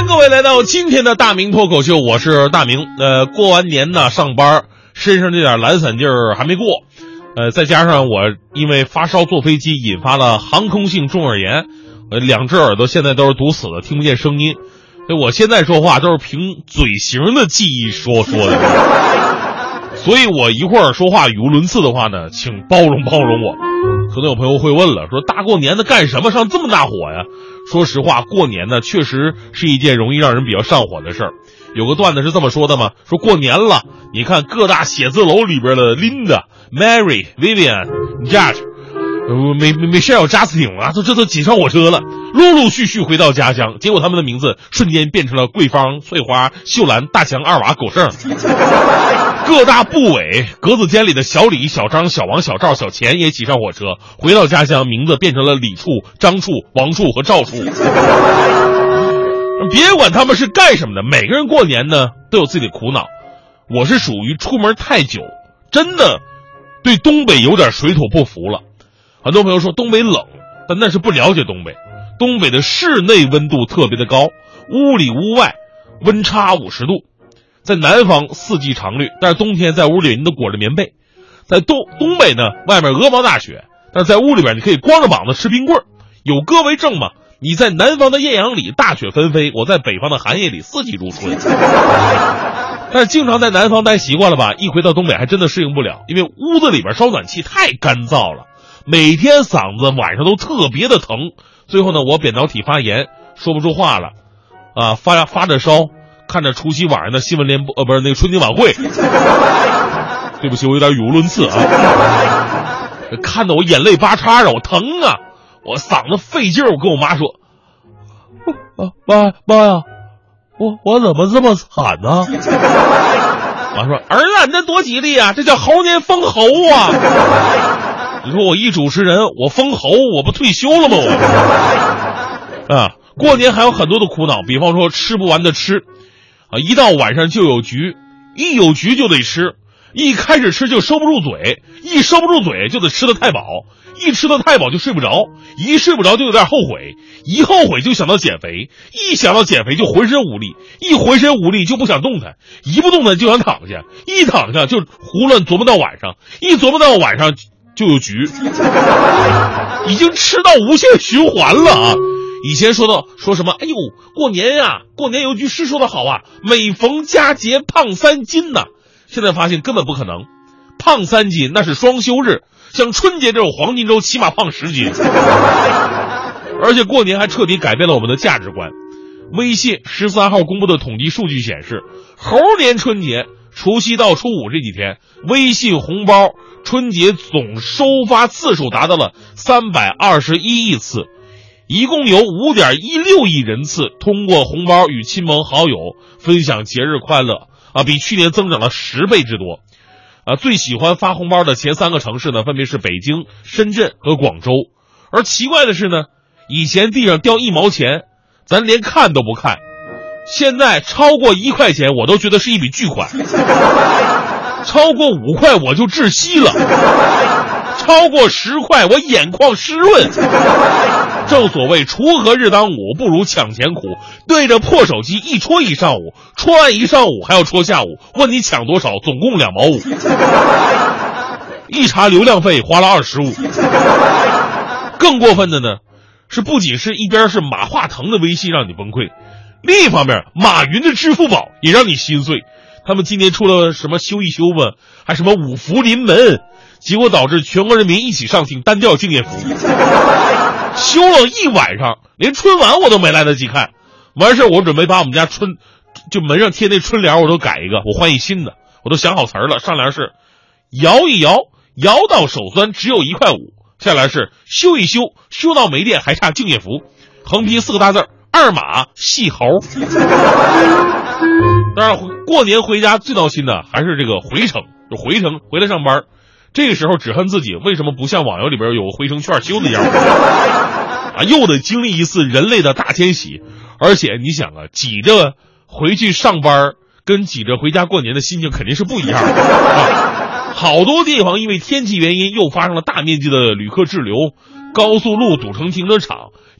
迎各位来到今天的大明脱口秀，我是大明。过完年呢，上班身上这点懒散劲儿还没过，再加上我因为发烧坐飞机引发了航空性中耳炎，两只耳朵现在都是堵死的，听不见声音，所以我现在说话都是凭嘴型的记忆说的。所以我一会儿说话语无伦次的话呢，请包容我。可能有朋友会问了，说大过年的干什么上这么大火呀？说实话，过年呢确实是一件容易让人比较上火的事儿。有个段子是这么说的吗？说过年了，你看各大写字楼里边的 Linda、Vivian、Josh、Michelle、贾斯汀啊，这都挤上火车了，陆续回到家乡，结果他们的名字瞬间变成了桂芳、翠花、秀兰、大强、二娃、狗剩。各大部委格子间里的小李、小张、小王、小赵、小钱也挤上火车，回到家乡，名字变成了李处、张处、王处和赵处。别管他们是干什么的，每个人过年呢都有自己的苦恼。我是属于出门太久，真的对东北有点水土不服了。很多朋友说东北冷，但那是不了解东北。东北的室内温度特别的高，屋里屋外温差50度。在南方四季常绿，但是冬天在屋里你都裹着棉被。在东北呢，外面鹅毛大雪，但是在屋里边你可以光着膀子吃冰棍儿。有歌为证嘛，你在南方的艳阳里大雪纷飞，我在北方的寒夜里四季如春。但是经常在南方待习惯了吧，一回到东北还真的适应不了，因为屋子里边烧暖气太干燥了，每天嗓子晚上都特别的疼。最后呢，我扁桃体发炎，说不出话了啊，发着烧，看着除夕晚上的新闻联播，不是那个春节晚会。对不起，我有点语无伦次啊。看得我眼泪巴叉啊，我疼啊，我嗓子费劲儿。我跟我妈说：“妈呀，我怎么这么惨呢？”妈说：“儿子，你这多吉利啊，这叫猴年封侯啊！”你说我一主持人，我封侯，我不退休了吗？我啊，过年还有很多的苦恼，比方说吃不完的吃。一到晚上就有局，一有局就得吃，一开始吃就收不住嘴，一收不住嘴就得吃得太饱，一吃得太饱就睡不着，一睡不着就有点后悔，一后悔就想到减肥，一想到减肥就浑身无力，一浑身无力就不想动弹，一不动弹就想躺下，一躺下就胡乱琢磨到晚上，一琢磨到晚上就有局，已经吃到无限循环了啊！以前说什么，哎呦，过年呀，过年有句诗说得好啊，每逢佳节胖3斤呐。现在发现根本不可能，胖3斤那是双休日，像春节这种黄金周起码胖10斤。而且过年还彻底改变了我们的价值观。微信13号公布的统计数据显示，猴年春节除夕到初五这几天，微信红包春节总收发次数达到了321亿次，一共有5.16亿人次通过红包与亲朋好友分享节日快乐啊，比去年增长了10倍之多。最喜欢发红包的前3个城市呢，分别是北京、深圳和广州。而奇怪的是呢，以前地上掉1毛钱，咱连看都不看，现在超过1块钱我都觉得是一笔巨款，超过5块我就窒息了，超过10块我眼眶湿润。正所谓锄禾日当午，不如抢钱苦。对着破手机一戳一上午，戳完一上午还要戳下午，问你抢多少，总共2毛5。一查流量费花了25。更过分的呢，是不仅是一边是马化腾的微信让你崩溃，另一方面马云的支付宝也让你心碎。他们今年出了什么修一修吧，还什么五福临门，结果导致全国人民一起上听单调敬业福。修了一晚上，连春晚我都没来得及看。完事我准备把我们家就门上贴那春联我都改一个，我换一新的，我都想好词儿了。上联是摇一摇，摇到手酸只有1块5。下联是修一修，修到没电还差敬业福。横批4个大字：二马戏猴。当然过年回家最闹心的还是这个回程回来上班，这个时候只恨自己为什么不像网游里边有回程券修的样子啊，又得经历一次人类的大迁徙。而且你想啊，挤着回去上班跟挤着回家过年的心情肯定是不一样的啊。好多地方因为天气原因又发生了大面积的旅客滞留，高速路堵成停车场，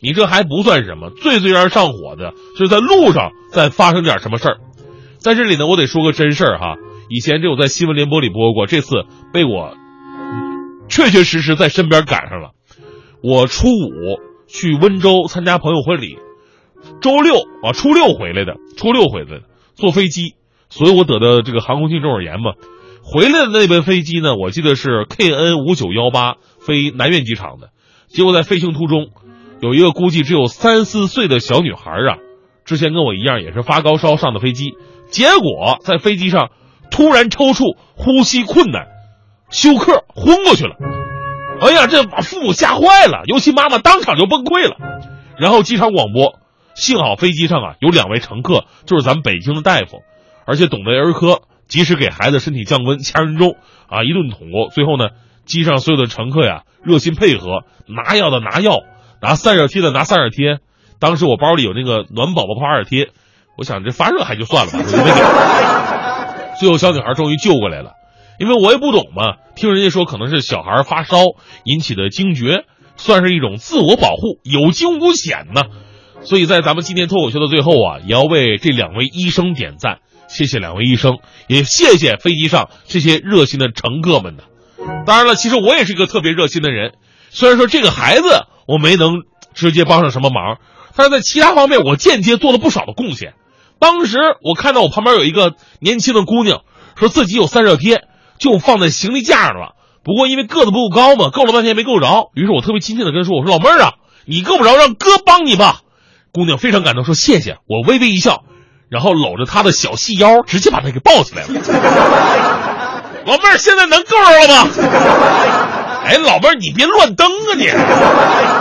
你这还不算什么，最让人上火的就是在路上再发生点什么事儿。在这里呢，我得说个真事儿哈，以前这我在新闻联播里播过，这次被我确确实实在身边赶上了。我初5去温州参加朋友婚礼，初六回来的，坐飞机，所以我得的这个航空性中耳炎嘛。回来的那班飞机呢，我记得是 KN5918 飞南苑机场的，结果在飞行途中，有一个估计只有3、4岁的小女孩啊，之前跟我一样也是发高烧上的飞机，结果在飞机上突然抽搐，呼吸困难，休克昏过去了。哎呀，这把父母吓坏了，尤其妈妈当场就崩溃了。然后机场广播，幸好飞机上啊有2位乘客就是咱们北京的大夫，而且懂得儿科，及时给孩子身体降温掐人中啊，一顿捅咕。最后呢，机上所有的乘客呀热心配合，拿药的拿药，拿散热贴的拿散热贴。当时我包里有那个暖宝宝发热贴，我想这发热还就算了吧，我就没给。最后小女孩终于救过来了，因为我也不懂嘛，听人家说可能是小孩发烧引起的惊厥，算是一种自我保护，有惊无险呢。所以在咱们今天脱口秀的最后啊，也要为这2位医生点赞，谢谢2位医生，也谢谢飞机上这些热心的乘客们的。当然了，其实我也是一个特别热心的人，虽然说这个孩子我没能直接帮上什么忙，但是在其他方面我间接做了不少的贡献。当时我看到我旁边有一个年轻的姑娘，说自己有散热贴，就放在行李架上了，不过因为个子不够高嘛，够了半天没够着，于是我特别亲切的跟她说，我说老妹儿啊，你够不着让哥帮你吧。姑娘非常感动说谢谢，我微微一笑，然后搂着她的小细腰直接把她给抱起来了。老妹儿现在能够着了吗？哎，老妹儿你别乱蹬啊你。